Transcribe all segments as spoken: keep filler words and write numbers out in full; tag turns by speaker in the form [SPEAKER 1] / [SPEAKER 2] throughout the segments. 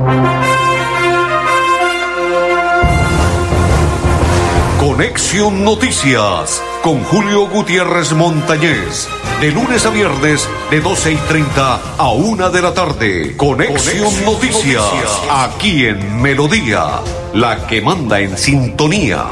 [SPEAKER 1] Conexión Noticias con Julio Gutiérrez Montañez. De lunes a viernes, de doce y treinta a una de la tarde. Conexión, Conexión Noticias, Noticias, aquí en Melodía, la que manda en sintonía.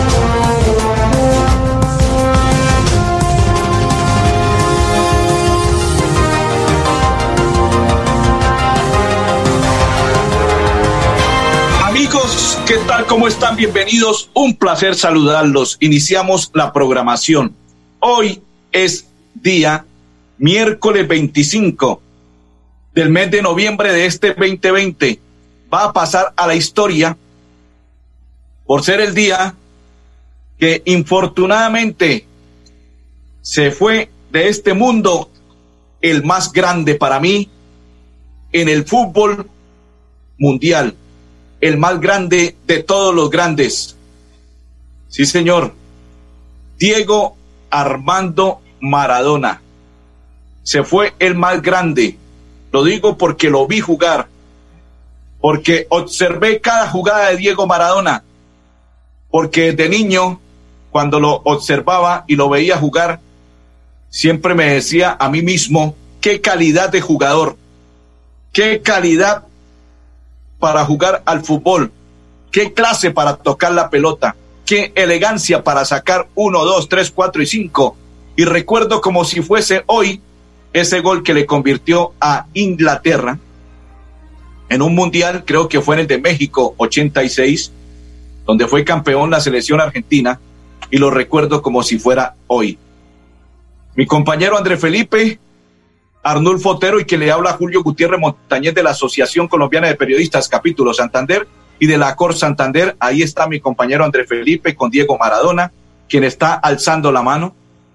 [SPEAKER 2] ¿Qué tal? ¿Cómo están? Bienvenidos. Un placer saludarlos. Iniciamos la programación. Hoy es día miércoles veinticinco del mes de noviembre de este veinte veinte. Va a pasar a la historia por ser el día que infortunadamente se fue de este mundo el más grande para mí en el fútbol mundial. El más grande de todos los grandes. Sí, señor. Diego Armando Maradona. Se fue el más grande. Lo digo porque lo vi jugar. Porque observé cada jugada de Diego Maradona. Porque de niño, cuando lo observaba y lo veía jugar, siempre me decía a mí mismo, qué calidad de jugador. Qué calidad para jugar al fútbol, qué clase para tocar la pelota, qué elegancia para sacar uno, dos, tres, cuatro y cinco. Y recuerdo como si fuese hoy ese gol que le convirtió a Inglaterra en un mundial, creo que fue en el de México ochenta y seis, donde fue campeón la selección argentina, y lo recuerdo como si fuera hoy. Mi compañero André Felipe Arnulfo Otero y que le habla Julio Gutiérrez Montañez de la Asociación Colombiana de Periodistas Capítulo Santander y de la Cor Santander. Ahí está mi compañero André Felipe con Diego Maradona, quien está alzando la mano.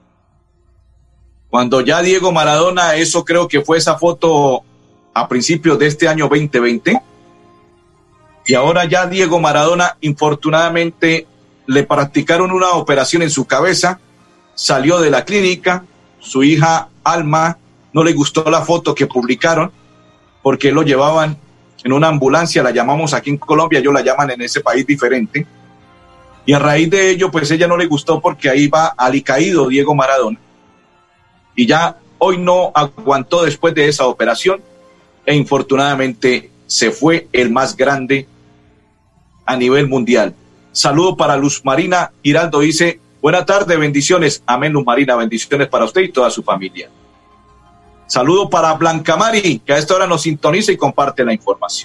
[SPEAKER 2] Cuando ya Diego Maradona, eso creo que fue esa foto a principios de este año veinte veinte, y ahora ya Diego Maradona, infortunadamente, le practicaron una operación en su cabeza, salió de la clínica, su hija Alma no le gustó la foto que publicaron porque lo llevaban en una ambulancia, la llamamos aquí en Colombia, ellos la llaman en ese país diferente, y a raíz de ello pues ella no le gustó porque ahí va alicaído Diego Maradona, y ya hoy no aguantó después de esa operación e infortunadamente se fue el más grande a nivel mundial. Saludo para Luz Marina Giraldo, dice, buena tarde, bendiciones. Amén, Luz Marina, bendiciones para usted y toda su familia. Saludo para Blanca Mari, que a esta hora nos sintoniza y comparte la información.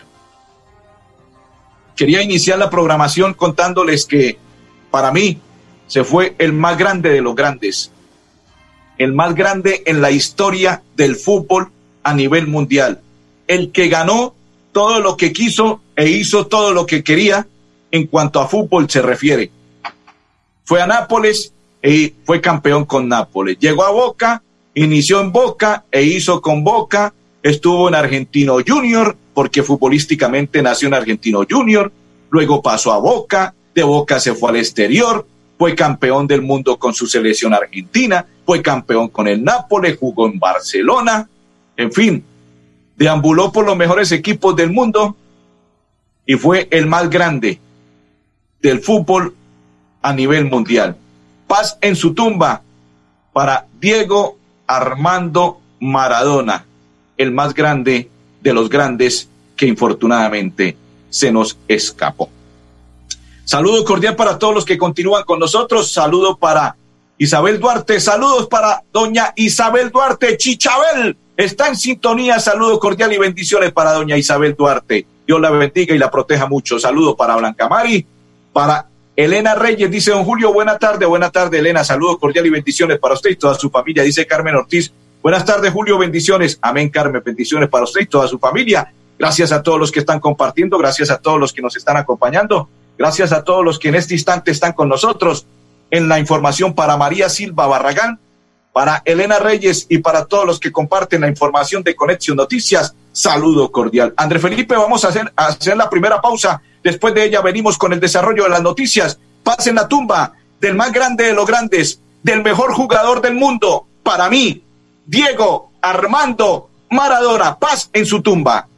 [SPEAKER 2] Quería iniciar la programación contándoles que para mí se fue el más grande de los grandes, el más grande en la historia del fútbol a nivel mundial, el que ganó todo lo que quiso e hizo todo lo que quería en cuanto a fútbol se refiere. Fue a Nápoles y fue campeón con Nápoles. Llegó a Boca, inició en Boca e hizo con Boca, estuvo en Argentino Junior, porque futbolísticamente nació en Argentino Junior, luego pasó a Boca, de Boca se fue al exterior, fue campeón del mundo con su selección argentina, fue campeón con el Nápoles, jugó en Barcelona, en fin, deambuló por los mejores equipos del mundo y fue el más grande del fútbol a nivel mundial. Paz en su tumba para Diego Armando Maradona, el más grande de los grandes que infortunadamente se nos escapó. Saludo cordial para todos los que continúan con nosotros. Saludo para Isabel Duarte. Saludos para doña Isabel Duarte. Chichabel está en sintonía. Saludo cordial y bendiciones para doña Isabel Duarte. Dios la bendiga y la proteja mucho. Saludo para Blanca Mari, para Elena Reyes, dice don Julio, buena tarde, buena tarde Elena, saludos cordial y bendiciones para usted y toda su familia, dice Carmen Ortiz, buenas tardes Julio, bendiciones, amén Carmen, bendiciones para usted y toda su familia, gracias a todos los que están compartiendo, gracias a todos los que nos están acompañando, gracias a todos los que en este instante están con nosotros, en la información para María Silva Barragán, para Elena Reyes y para todos los que comparten la información de Conexión Noticias, saludo cordial. André Felipe, vamos a hacer, a hacer la primera pausa. Después de ella venimos con el desarrollo de las noticias. Paz en la tumba del más grande de los grandes, del mejor jugador del mundo, para mí, Diego Armando Maradona. Paz en su tumba.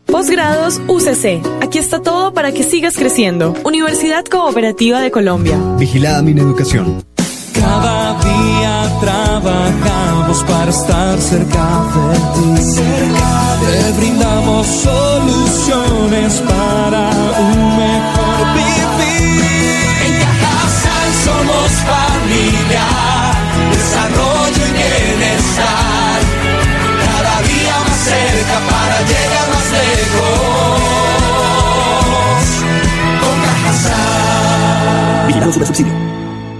[SPEAKER 3] Posgrados U C C. Aquí está todo para que sigas creciendo. Universidad Cooperativa de Colombia.
[SPEAKER 4] Vigilada Mineducación.
[SPEAKER 5] Cada día trabajamos para estar cerca de ti. Cerca de Te brindamos soluciones para un mejor vivir. En Cajasal somos familia, desarrollo y bienestar. Cada día más cerca para llegar más lejos. Con Cajasal.
[SPEAKER 6] Vigilado Supersubsidio.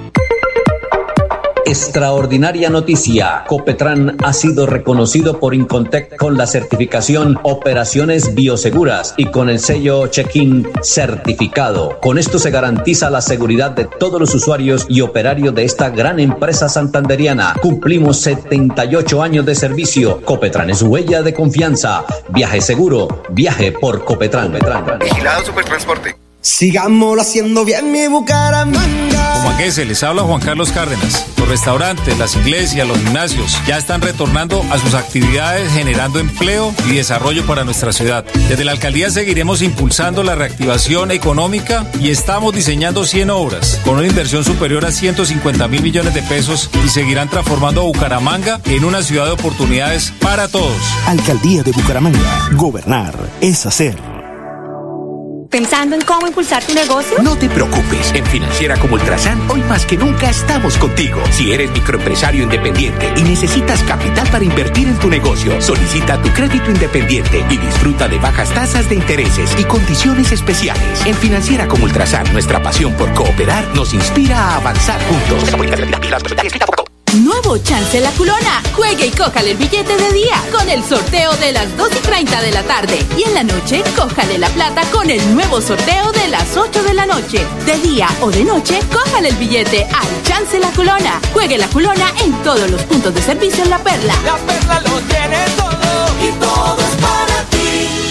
[SPEAKER 6] Extraordinaria noticia. Copetran ha sido reconocido por Incontec con la certificación Operaciones Bioseguras y con el sello Check-in certificado. Con esto se garantiza la seguridad de todos los usuarios y operarios de esta gran empresa santanderiana. Cumplimos setenta y ocho años de servicio. Copetran es huella de confianza. Viaje seguro. Viaje por Copetran.
[SPEAKER 7] Vigilado Supertransporte.
[SPEAKER 8] Sigámoslo haciendo bien, mi Bucaramanga.
[SPEAKER 9] Como que se les habla Juan Carlos Cárdenas. Los restaurantes, las iglesias, los gimnasios ya están retornando a sus actividades, generando empleo y desarrollo para nuestra ciudad. Desde la alcaldía seguiremos impulsando la reactivación económica y estamos diseñando cien obras con una inversión superior a ciento cincuenta mil millones de pesos y seguirán transformando a Bucaramanga en una ciudad de oportunidades para todos.
[SPEAKER 10] Alcaldía de Bucaramanga. Gobernar es hacer.
[SPEAKER 11] ¿Pensando en cómo impulsar tu negocio?
[SPEAKER 12] No te preocupes. En Financiera como Ultrasan, hoy más que nunca estamos contigo. Si eres microempresario independiente y necesitas capital para invertir en tu negocio, solicita tu crédito independiente y disfruta de bajas tasas de intereses y condiciones especiales. En Financiera como Ultrasan, nuestra pasión por cooperar nos inspira a avanzar juntos.
[SPEAKER 13] Nuevo Chance La Culona. Juegue y cójale el billete de día con el sorteo de las dos y treinta de la tarde. Y en la noche, cójale la plata con el nuevo sorteo de las ocho de la noche. De día o de noche, cójale el billete al Chance La Culona. Juegue La Culona en todos los puntos de servicio en La Perla.
[SPEAKER 5] La Perla lo tiene todo y todo es para ti.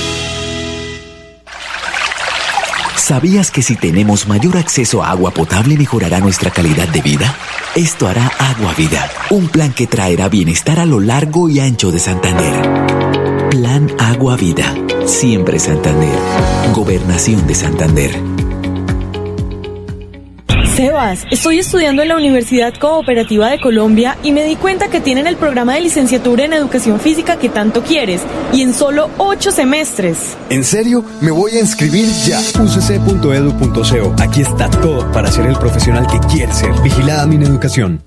[SPEAKER 10] ¿Sabías que si tenemos mayor acceso a agua potable mejorará nuestra calidad de vida? Esto hará Agua Vida, un plan que traerá bienestar a lo largo y ancho de Santander. Plan Agua Vida, siempre Santander. Gobernación de Santander.
[SPEAKER 3] Sebas, estoy estudiando en la Universidad Cooperativa de Colombia y me di cuenta que tienen el programa de licenciatura en Educación Física que tanto quieres, y en solo ocho semestres.
[SPEAKER 4] ¿En serio? Me voy a inscribir ya. u c c punto e d u punto c o. Aquí está todo para ser el profesional que quieres ser. Vigilada Mineducación.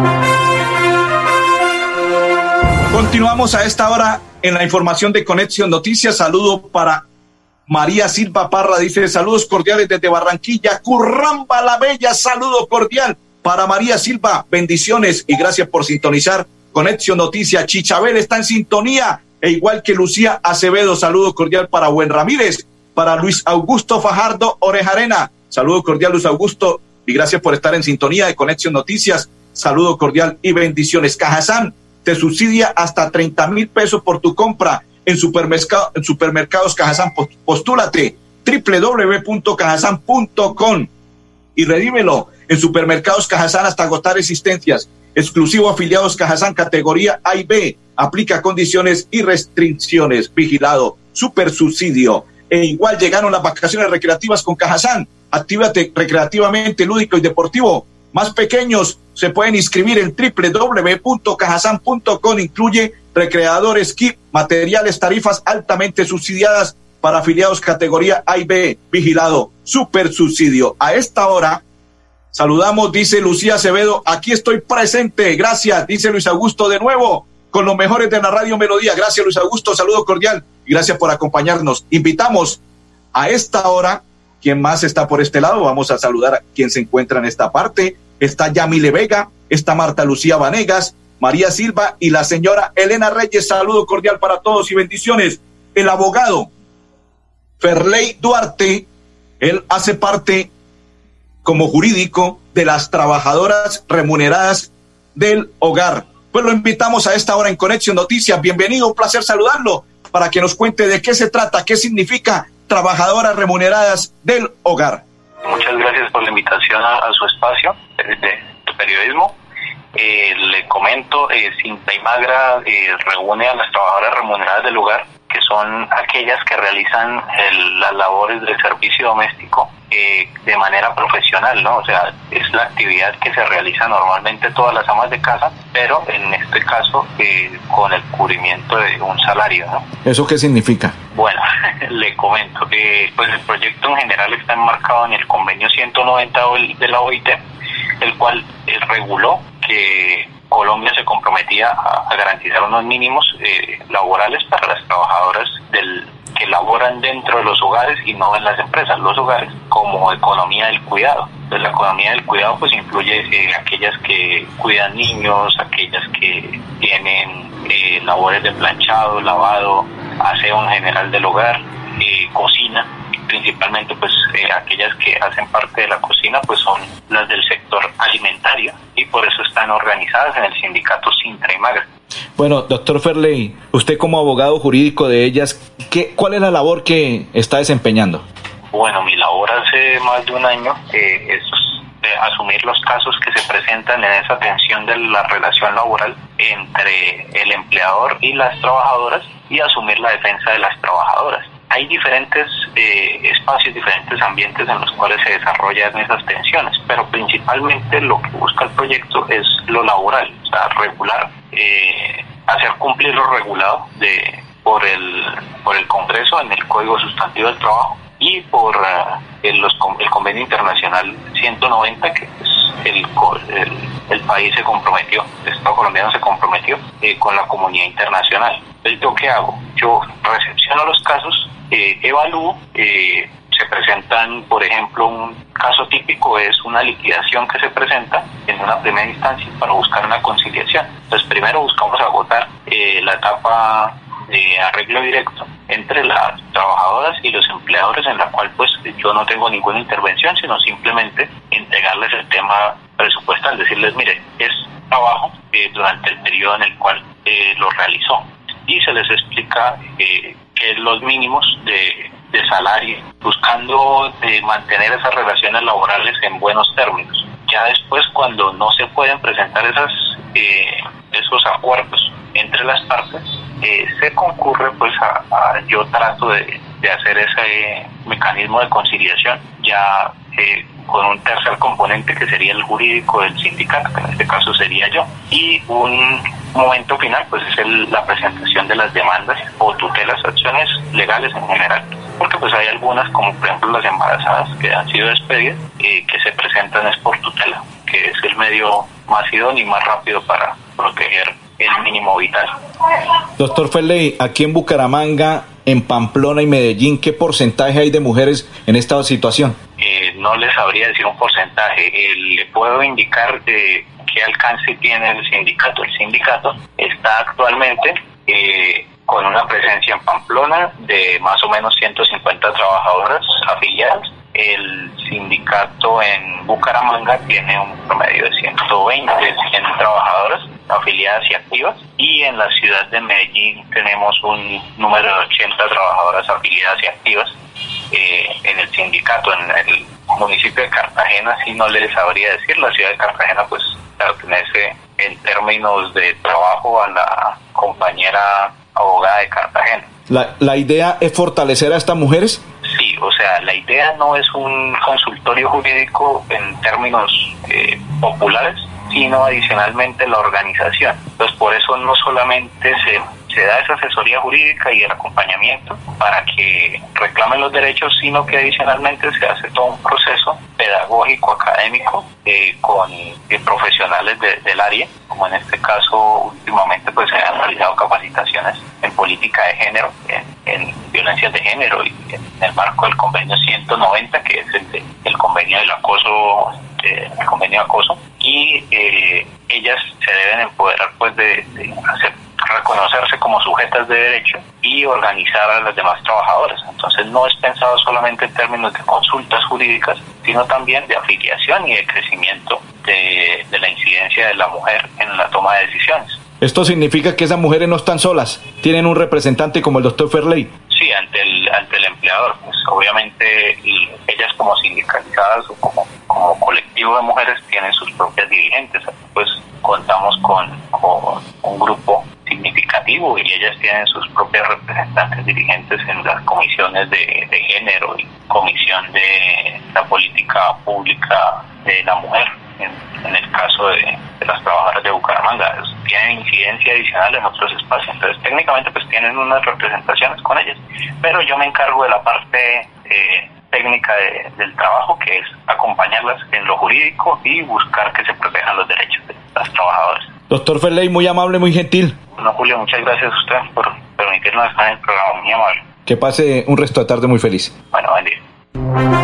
[SPEAKER 2] Continuamos a esta hora en la información de Conexión Noticias. Saludo para María Silva Parra, dice saludos cordiales desde Barranquilla, Curramba la Bella, saludo cordial para María Silva, bendiciones y gracias por sintonizar Conexión Noticias. Chichabel está en sintonía, e igual que Lucía Acevedo, saludo cordial para Buen Ramírez, para Luis Augusto Fajardo Orejarena, saludo cordial Luis Augusto y gracias por estar en sintonía de Conexión Noticias, saludo cordial y bendiciones. Cajazán te subsidia hasta treinta mil pesos por tu compra en, supermercado, en supermercados Cajazán. Postúlate doble u doble u doble u punto cajazán punto com y redímelo en supermercados Cajazán hasta agotar existencias. Exclusivo afiliados Cajazán categoría A y B. Aplica condiciones y restricciones. Vigilado Super Subsidio. E igual llegaron las vacaciones recreativas con Cajazán. Actívate recreativamente, lúdico y deportivo. Más pequeños se pueden inscribir en doble u doble u doble u punto cajazán punto com. Incluye recreadores, kit, materiales, tarifas altamente subsidiadas para afiliados categoría A y B. Vigilado Super Subsidio. A esta hora saludamos, dice Lucía Acevedo, aquí estoy presente, gracias, dice Luis Augusto de nuevo, con los mejores de la Radio Melodía. Gracias Luis Augusto, saludo cordial y gracias por acompañarnos. Invitamos a esta hora, ¿quién más está por este lado? Vamos a saludar a quien se encuentra en esta parte. Está Yamile Vega, está Marta Lucía Vanegas, María Silva y la señora Elena Reyes. Saludo cordial para todos y bendiciones. El abogado Ferley Duarte, él hace parte como jurídico de las trabajadoras remuneradas del hogar. Pues lo invitamos a esta hora en Conexión Noticias. Bienvenido, un placer saludarlo para que nos cuente de qué se trata, qué significa trabajadoras remuneradas del hogar.
[SPEAKER 14] Muchas gracias por la invitación a, a su espacio de, de periodismo. Eh, le comento, eh, Sinta y Magra eh, reúne a las trabajadoras remuneradas del hogar que son aquellas que realizan el, las labores de servicio doméstico eh, de manera profesional, ¿no? O sea, es la actividad que se realiza normalmente todas las amas de casa, pero en este caso eh, con el cubrimiento de un salario, ¿no?
[SPEAKER 2] ¿Eso qué significa?
[SPEAKER 14] Bueno, le comento, eh, pues el proyecto en general está enmarcado en el convenio ciento noventa de la O I T, el cual eh, reguló que Colombia se comprometía a, a garantizar unos mínimos eh, laborales para las trabajadoras del, que laboran dentro de los hogares y no en las empresas, los hogares, como economía del cuidado. Entonces la economía del cuidado pues incluye eh, aquellas que cuidan niños, aquellas que tienen eh, labores de planchado, lavado, aseo en general del hogar, eh, cocina. Principalmente pues eh, aquellas que hacen parte de la cocina pues son las del sector alimentario y por eso están organizadas en el sindicato Sintra y Magra.
[SPEAKER 2] Bueno, doctor Ferley, usted como abogado jurídico de ellas, ¿qué, ¿cuál es la labor que está desempeñando?
[SPEAKER 14] Bueno, mi labor hace más de un año eh, es eh, asumir los casos que se presentan en esa tensión de la relación laboral entre el empleador y las trabajadoras y asumir la defensa de las trabajadoras. Hay diferentes eh, espacios, diferentes ambientes en los cuales se desarrollan esas tensiones, pero principalmente lo que busca el proyecto es lo laboral, o sea, regular, eh, hacer cumplir lo regulado de, por, el, por el Congreso en el Código Sustantivo del Trabajo y por uh, el, los, el Convenio Internacional ciento noventa, que es el, el, el país se comprometió, el Estado colombiano se comprometió eh, con la comunidad internacional. Entonces, ¿yo qué hago? Yo recepciono los casos, eh, evalúo, eh, se presentan, por ejemplo, un caso típico es una liquidación que se presenta en una primera instancia para buscar una conciliación. Entonces, primero buscamos agotar eh, la etapa de arreglo directo entre las trabajadoras y los empleadores, en la cual pues yo no tengo ninguna intervención, sino simplemente entregarles el tema presupuestal, decirles, mire, es trabajo eh, durante el periodo en el cual eh, lo realizó, y se les explica eh, que los mínimos de, de salario, buscando de mantener esas relaciones laborales en buenos términos. Ya después, cuando no se pueden presentar esas eh, esos acuerdos entre las partes, eh, se concurre pues a, a yo trato de, de hacer ese mecanismo de conciliación ya eh, con un tercer componente que sería el jurídico del sindicato, que en este caso sería yo, y un momento final pues es el, la presentación de las demandas o tutelas, acciones legales en general, porque pues hay algunas, como por ejemplo las embarazadas que han sido despedidas, eh, que se presentan es por tutela, que es el medio más idóneo y más rápido para proteger el mínimo vital.
[SPEAKER 2] Doctor Ferley, aquí en Bucaramanga, en Pamplona y Medellín, ¿qué porcentaje hay de mujeres en esta situación?
[SPEAKER 14] Eh, no les sabría decir un porcentaje. Eh, le puedo indicar de qué alcance tiene el sindicato. El sindicato está actualmente eh, con una presencia en Pamplona de más o menos ciento cincuenta trabajadoras afiliadas. El sindicato en Bucaramanga tiene un promedio de ciento veinte, cien trabajadoras afiliadas y activas, y en la ciudad de Medellín tenemos un número de ochenta trabajadoras afiliadas y activas eh, en el sindicato. En el municipio de Cartagena sí no les sabría decir. La ciudad de Cartagena pues pertenece en términos de trabajo a la compañera abogada de Cartagena.
[SPEAKER 2] ¿La, la idea es fortalecer a estas mujeres?
[SPEAKER 14] Sí, o sea, la idea no es un consultorio jurídico en términos eh, populares, sino adicionalmente la organización. Entonces, por eso no solamente se, se da esa asesoría jurídica y el acompañamiento para que reclamen los derechos, sino que adicionalmente se hace todo un proceso pedagógico, académico, eh, con eh, profesionales de, del área, como en este caso últimamente pues se han realizado capacitaciones en política de género, en, en violencias de género y en el marco del convenio ciento noventa, que es el, de, el convenio del acoso, eh, el convenio de acoso, y eh, ellas se deben empoderar pues de, de hacer reconocerse como sujetas de derecho y organizar a las demás trabajadoras. Entonces no es pensado solamente en términos de consultas jurídicas, sino también de afiliación y de crecimiento de, de la incidencia de la mujer en la toma de decisiones.
[SPEAKER 2] ¿Esto significa que esas mujeres no están solas? ¿Tienen un representante como el doctor Ferley?
[SPEAKER 14] Sí, ante el ante el empleador. Pues obviamente ellas como sindicalizadas o como, como colectivo de mujeres tienen sus propias dirigentes. Pues contamos con, con un grupo significativo legislativo y ellas tienen sus propias representantes dirigentes en las comisiones de, de género y comisión de la política pública de la mujer. En, en el caso de, de las trabajadoras de Bucaramanga, tienen incidencia adicional en otros espacios, entonces técnicamente pues tienen unas representaciones con ellas, pero yo me encargo de la parte eh, técnica de, del trabajo, que es acompañarlas en lo jurídico y buscar que se protejan los derechos de las trabajadoras.
[SPEAKER 2] Doctor Ferley, muy amable, muy gentil.
[SPEAKER 14] Bueno, Julio, muchas gracias a usted por permitirnos estar en el programa, muy amable.
[SPEAKER 2] Que pase un resto de tarde muy feliz.
[SPEAKER 14] Bueno, buen día.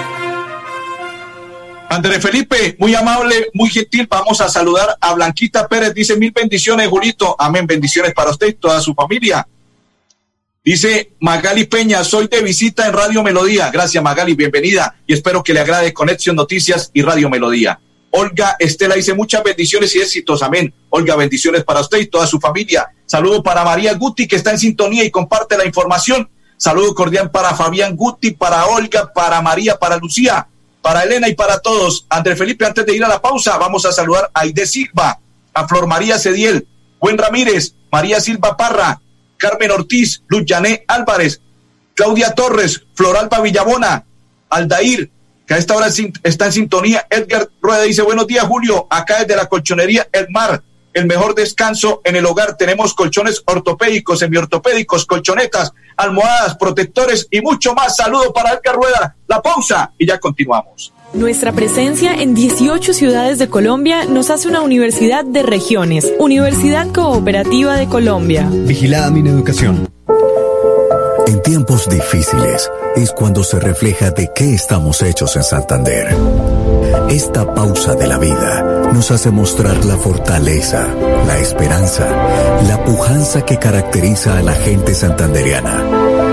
[SPEAKER 2] Andrés Felipe, muy amable, muy gentil. Vamos a saludar a Blanquita Pérez. Dice mil bendiciones, Julito. Amén, bendiciones para usted y toda su familia. Dice Magali Peña, soy de visita en Radio Melodía. Gracias, Magali, bienvenida. Y espero que le agrade Conexión Noticias y Radio Melodía. Olga Estela dice muchas bendiciones y éxitos. Amén. Olga, bendiciones para usted y toda su familia. Saludo para María Guti, que está en sintonía y comparte la información. Saludo cordial para Fabián Guti, para Olga, para María, para Lucía, para Elena y para todos. Andrés Felipe, antes de ir a la pausa, vamos a saludar a Aide Silva, a Flor María Cediel, Buen Ramírez, María Silva Parra, Carmen Ortiz, Luz Yané Álvarez, Claudia Torres, Floralba Villabona, Aldair, que a esta hora está en sintonía. Edgar Rueda dice, buenos días, Julio, acá desde la colchonería El Mar, el mejor descanso en el hogar. Tenemos colchones ortopédicos, semiortopédicos, colchonetas, almohadas, protectores y mucho más. Saludo para Edgar Rueda. La pausa y ya continuamos.
[SPEAKER 3] Nuestra presencia en dieciocho ciudades de Colombia nos hace una universidad de regiones. Universidad Cooperativa de Colombia.
[SPEAKER 4] Vigilada Mineducación.
[SPEAKER 15] En tiempos difíciles es cuando se refleja de qué estamos hechos en Santander. Esta pausa de la vida nos hace mostrar la fortaleza, la esperanza, la pujanza que caracteriza a la gente santandereana.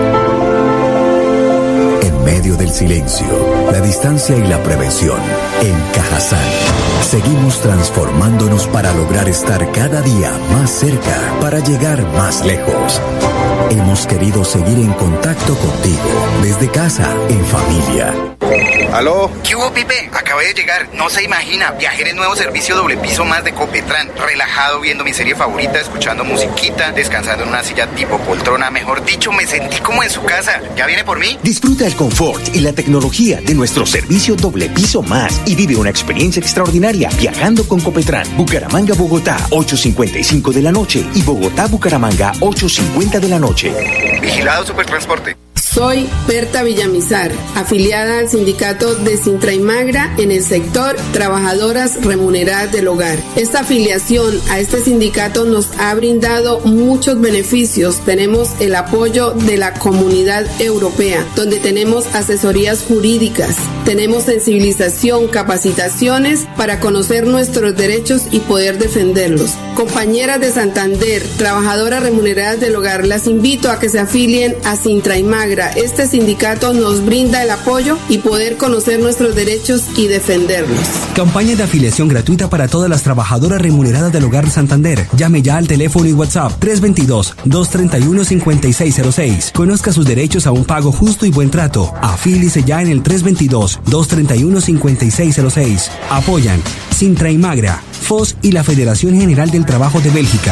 [SPEAKER 15] En medio del silencio, la distancia y la prevención, en Cajazán, seguimos transformándonos para lograr estar cada día más cerca, para llegar más lejos. Hemos querido seguir en contacto contigo, desde casa, en familia.
[SPEAKER 7] ¿Aló? ¿Qué hubo, Pipe? Acabé de llegar. No se imagina, viajé en el nuevo servicio doble piso más de Copetran. Relajado, viendo mi serie favorita, escuchando musiquita, descansando en una silla tipo poltrona. Mejor dicho, me sentí como en su casa. ¿Ya viene por mí?
[SPEAKER 12] Disfruta el confort y la tecnología de nuestro servicio doble piso más y vive una experiencia extraordinaria viajando con Copetran. Bucaramanga-Bogotá, ocho cincuenta y cinco de la noche y Bogotá-Bucaramanga, ocho cincuenta de la noche.
[SPEAKER 7] Vigilado Supertransporte.
[SPEAKER 16] Soy Berta Villamizar, afiliada al sindicato de Sintraimagra en el sector Trabajadoras Remuneradas del Hogar. Esta afiliación a este sindicato nos ha brindado muchos beneficios. Tenemos el apoyo de la Comunidad Europea, donde tenemos asesorías jurídicas, tenemos sensibilización, capacitaciones para conocer nuestros derechos y poder defenderlos. Compañeras de Santander, trabajadoras remuneradas del hogar, las invito a que se afilien a Sintraimagra. Este sindicato nos brinda el apoyo y poder conocer nuestros derechos y defenderlos.
[SPEAKER 17] Campaña de afiliación gratuita para todas las trabajadoras remuneradas del hogar de Santander. Llame ya al teléfono y WhatsApp tres dos dos, dos tres uno, cinco seis cero seis. Conozca sus derechos a un pago justo y buen trato. Afílice ya en el tres dos dos, dos tres uno, cinco seis cero seis. Apoyan Sintraimagra, F O S y la Federación General del Trabajo de Bélgica.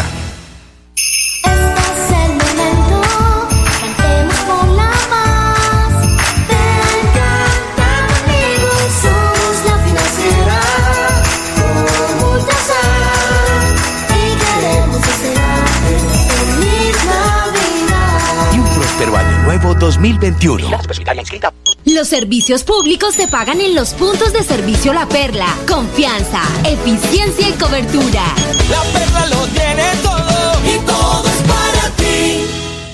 [SPEAKER 12] dos mil veintiuno.
[SPEAKER 11] Los servicios públicos se pagan en los puntos de servicio La Perla. Confianza, eficiencia y cobertura.
[SPEAKER 5] La Perla lo tiene todo y todo es para ti.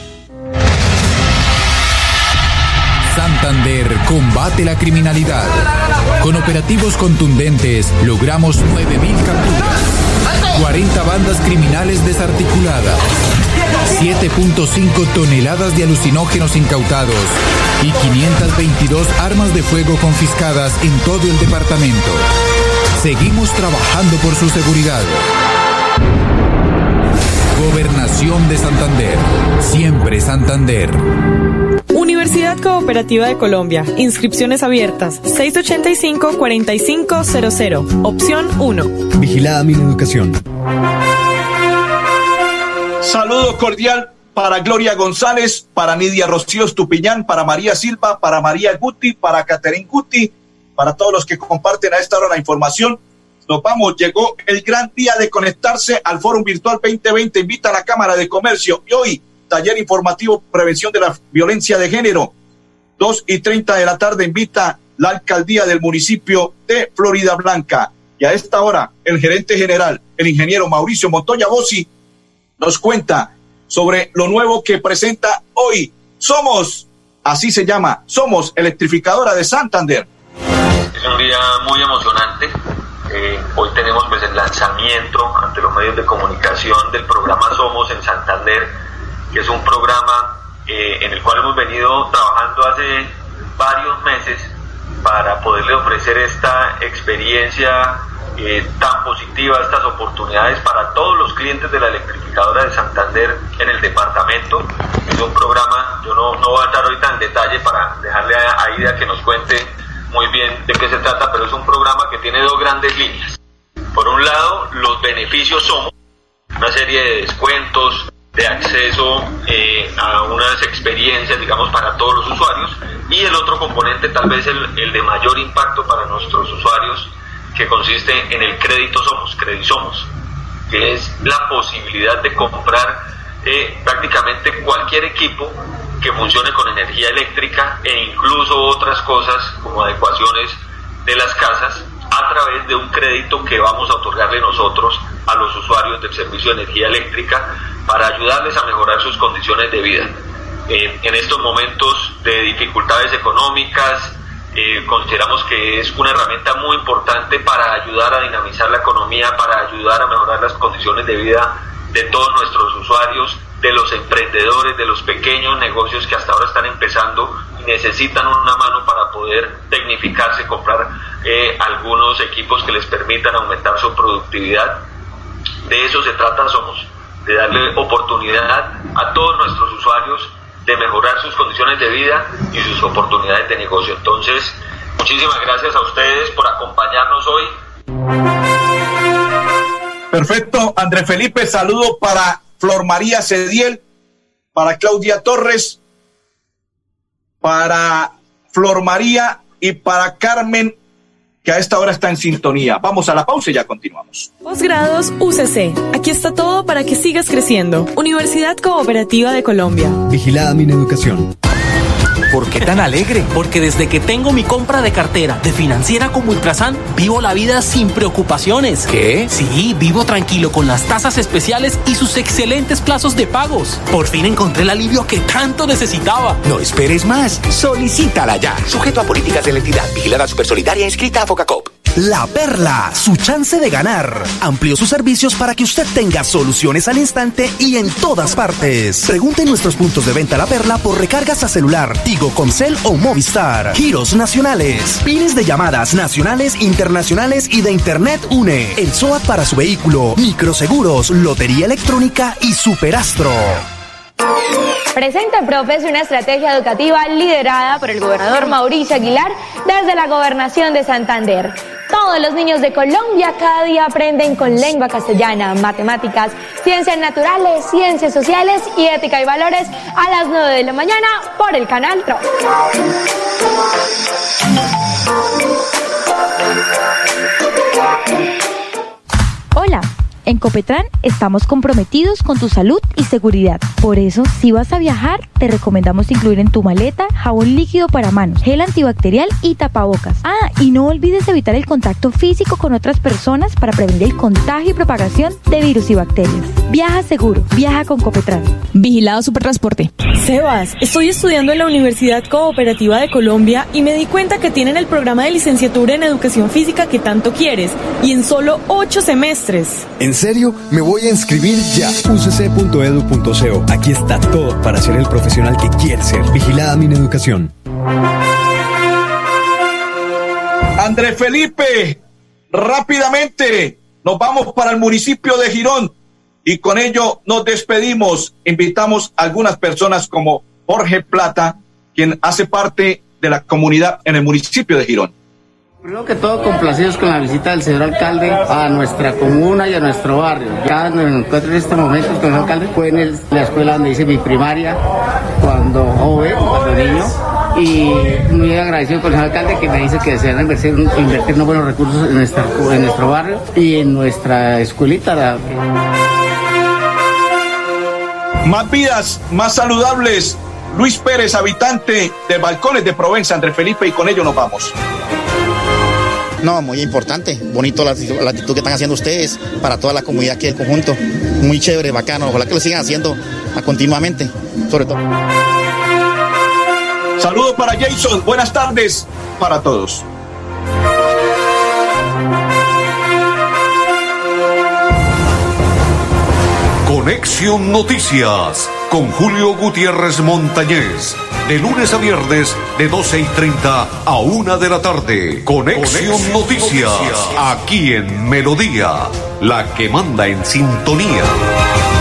[SPEAKER 18] Santander combate la criminalidad. Con operativos contundentes logramos nueve mil capturas, cuarenta bandas criminales desarticuladas, siete punto cinco toneladas de alucinógenos incautados y quinientas veintidós armas de fuego confiscadas en todo el departamento. Seguimos trabajando por su seguridad. Gobernación de Santander. Siempre Santander.
[SPEAKER 3] Universidad Cooperativa de Colombia. Inscripciones abiertas. seis ochenta y cinco, cuarenta y cinco cero cero. Opción uno.
[SPEAKER 4] Vigilada Mineducación.
[SPEAKER 2] Saludo cordial para Gloria González, para Nidia Rocío Estupiñán, para María Silva, para María Guti, para Caterín Guti, para todos los que comparten a esta hora la información. Nos vamos, llegó el gran día de conectarse al Fórum Virtual veinte veinte, invita a la Cámara de Comercio. Y hoy, taller informativo, prevención de la violencia de género. dos y treinta de la tarde, invita la alcaldía del municipio de Florida Blanca. Y a esta hora, el gerente general, el ingeniero Mauricio Montoya Bossi, nos cuenta sobre lo nuevo que presenta hoy. Somos, así se llama, Somos Electrificadora de Santander.
[SPEAKER 19] Es un día muy emocionante. Eh, hoy tenemos pues el lanzamiento ante los medios de comunicación del programa Somos en Santander, que es un programa eh, en el cual hemos venido trabajando hace varios meses para poderle ofrecer esta experiencia eh, tan positiva, estas oportunidades para todos los clientes de la electrificadora de Santander en el departamento. Es un programa, yo no, no voy a entrar ahorita en detalle para dejarle a Aida que nos cuente muy bien de qué se trata, pero es un programa que tiene dos grandes líneas. Por un lado, los beneficios Somos, una serie de descuentos, de acceso eh, a unas experiencias, digamos, para todos los usuarios, y el otro componente, tal vez el, el de mayor impacto para nuestros usuarios, que consiste en el crédito Somos, Credisomos, que es la posibilidad de comprar eh, prácticamente cualquier equipo que funcione con energía eléctrica e incluso otras cosas como adecuaciones de las casas a través de un crédito que vamos a otorgarle nosotros a los usuarios del servicio de energía eléctrica para ayudarles a mejorar sus condiciones de vida. Eh, en estos momentos de dificultades económicas, eh, consideramos que es una herramienta muy importante para ayudar a dinamizar la economía, para ayudar a mejorar las condiciones de vida de todos nuestros usuarios, de los emprendedores, de los pequeños negocios que hasta ahora están empezando y necesitan una mano para poder tecnificarse, comprar eh, algunos equipos que les permitan aumentar su productividad. De eso se trata Somos, de darle oportunidad a todos nuestros usuarios de mejorar sus condiciones de vida y sus oportunidades de negocio. Entonces, muchísimas gracias a ustedes por acompañarnos hoy.
[SPEAKER 2] Perfecto, André Felipe, saludo para Flor María Cediel, para Claudia Torres, para Flor María y para Carmen, que a esta hora está en sintonía. Vamos a la pausa y ya continuamos.
[SPEAKER 3] Posgrados U C C. Aquí está todo para que sigas creciendo. Universidad Cooperativa de Colombia.
[SPEAKER 4] Vigilada Mineducación.
[SPEAKER 20] ¿Por qué tan alegre? Porque desde que tengo mi compra de cartera de Financiera como Ultrasan, vivo la vida sin preocupaciones.
[SPEAKER 12] ¿Qué?
[SPEAKER 20] Sí, vivo tranquilo con las tasas especiales y sus excelentes plazos de pagos. Por fin encontré el alivio que tanto necesitaba.
[SPEAKER 12] No esperes más. Solicítala ya. Sujeto a políticas de la entidad. Vigilada Supersolidaria inscrita a Focacop.
[SPEAKER 21] La Perla, su chance de ganar. Amplió sus servicios para que usted tenga soluciones al instante y en todas partes. Pregunte en nuestros puntos de venta La Perla por recargas a celular, Tigo, Comcel o Movistar. Giros nacionales, pines de llamadas nacionales, internacionales y de Internet UNE. El S O A T para su vehículo, microseguros, lotería electrónica y Superastro.
[SPEAKER 22] Presenta Profes, una estrategia educativa liderada por el gobernador Mauricio Aguilar desde la Gobernación de Santander. Todos los niños de Colombia cada día aprenden con lengua castellana, matemáticas, ciencias naturales, ciencias sociales y ética y valores a las nueve de la mañana por el canal Tro.
[SPEAKER 23] Hola. En Copetran estamos comprometidos con tu salud y seguridad. Por eso, si vas a viajar, te recomendamos incluir en tu maleta jabón líquido para manos, gel antibacterial y tapabocas. Ah, y no olvides evitar el contacto físico con otras personas para prevenir el contagio y propagación de virus y bacterias. Viaja seguro, viaja con Copetran.
[SPEAKER 3] Vigilado Supertransporte. Sebas, estoy estudiando en la Universidad Cooperativa de Colombia y me di cuenta que tienen el programa de licenciatura en Educación Física que tanto quieres, y en solo ocho semestres.
[SPEAKER 4] ¿En serio? Me voy a inscribir ya. u c c punto e d u punto c o. Aquí está todo para ser el profesional que quieres ser. Vigilada Mineducación.
[SPEAKER 2] André Felipe, rápidamente nos vamos para el municipio de Girón y con ello nos despedimos. Invitamos a algunas personas como Jorge Plata, quien hace parte de la comunidad en el municipio de Girón.
[SPEAKER 1] Primero que todo, complacidos con la visita del señor alcalde a nuestra comuna y a nuestro barrio. Ya me encuentro en este momento con el alcalde, fue en el, la escuela donde hice mi primaria cuando joven, cuando niño, y muy agradecido con el señor alcalde que me dice que desean invertir, invertir unos buenos recursos en, nuestra, en nuestro barrio y en nuestra escuelita. La...
[SPEAKER 2] Más vidas, más saludables. Luis Pérez, habitante de Balcones de Provenza, Andrés Felipe, y con ello nos vamos.
[SPEAKER 6] No, muy importante, bonito la, la actitud que están haciendo ustedes para toda la comunidad aquí del conjunto, muy chévere, bacano, ojalá que lo sigan haciendo continuamente, sobre todo.
[SPEAKER 2] Saludos para Jason, buenas tardes para todos.
[SPEAKER 8] Conexión Noticias con Julio Gutiérrez Montañez. De lunes a viernes, de doce y treinta a una de la tarde. Conexión, Conexión Noticias, Noticias, aquí en Melodía, la que manda en sintonía.